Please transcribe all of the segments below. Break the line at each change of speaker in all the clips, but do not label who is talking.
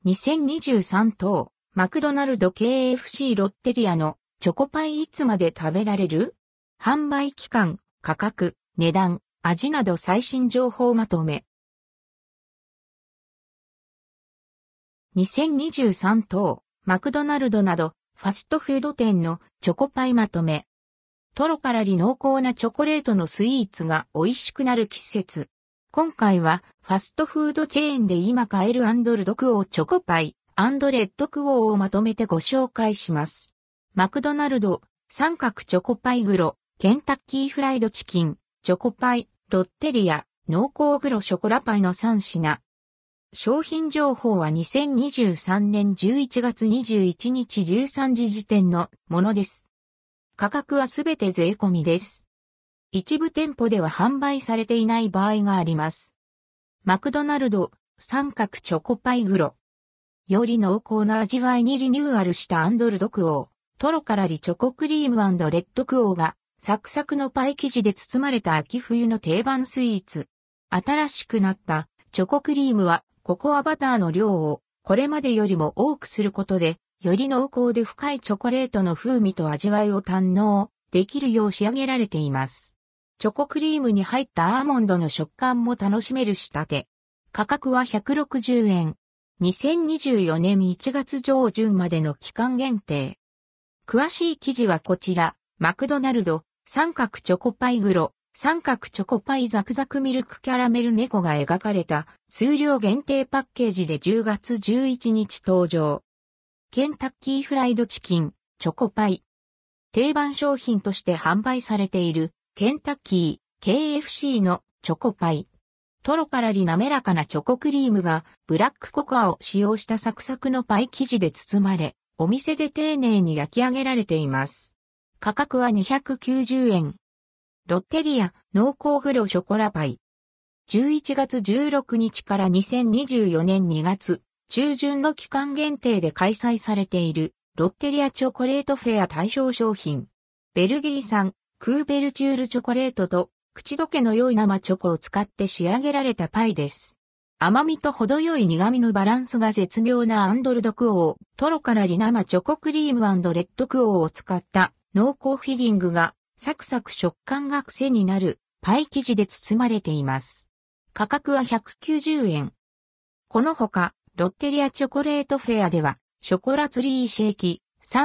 2023等、マクドナルド KFC ロッテリアのチョコパイいつまで食べられる？販売期間、価格、値段、味など最新情報まとめ。2023等、マクドナルドなどファストフード店のチョコパイまとめ。トロカラリ濃厚なチョコレートのスイーツが美味しくなる季節。今回はファストフードチェーンで今買える&ルドクオーチョコパイ&レッドクオーをまとめてご紹介します。マクドナルド、三角チョコパイグロ、ケンタッキーフライドチキン、チョコパイ、ロッテリア、濃厚グロショコラパイの3品。商品情報は2023年11月21日13時時点のものです。価格はすべて税込みです。一部店舗では販売されていない場合があります。マクドナルド、三角チョコパイグロ。より濃厚な味わいにリニューアルした&ルドクオー。トロカラリチョコクリーム&レッドクオーがサクサクのパイ生地で包まれた秋冬の定番スイーツ。新しくなったチョコクリームはココアバターの量をこれまでよりも多くすることでより濃厚で深いチョコレートの風味と味わいを堪能できるよう仕上げられています。チョコクリームに入ったアーモンドの食感も楽しめる仕立て。価格は160円。2024年1月上旬までの期間限定。詳しい記事はこちら。マクドナルド、三角チョコパイグロ、三角チョコパイザクザクミルクキャラメル猫が描かれた数量限定パッケージで10月11日登場。ケンタッキーフライドチキン、チョコパイ。定番商品として販売されているケンタッキー、KFC のチョコパイ。トロカラリ滑らかなチョコクリームがブラックココアを使用したサクサクのパイ生地で包まれ、お店で丁寧に焼き上げられています。価格は290円。ロッテリア濃厚グロショコラパイ。11月16日から2024年2月中旬の期間限定で開催されているロッテリアチョコレートフェア対象商品。ベルギー産クーベルチュールチョコレートと口どけの良い生チョコを使って仕上げられたパイです。甘みと程よい苦味のバランスが絶妙な&ルドクオー、トロカラリ生チョコクリーム&レッドクオーを使った濃厚フィリングがサクサク食感が癖になるパイ生地で包まれています。価格は190円。このほか、ロッテリアチョコレートフェアでは、ショコラツリーシェーキ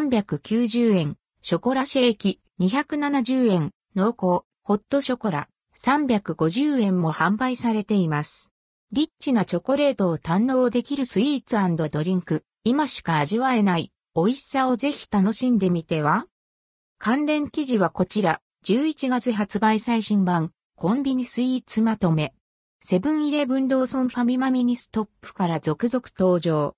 390円、ショコラシェーキ270円、濃厚ホットショコラ350円も販売されています。リッチなチョコレートを堪能できるスイーツ&ドリンク、今しか味わえない美味しさをぜひ楽しんでみては？関連記事はこちら、11月発売最新版、コンビニスイーツまとめ。セブンイレブンローソンファミマミニストップから続々登場。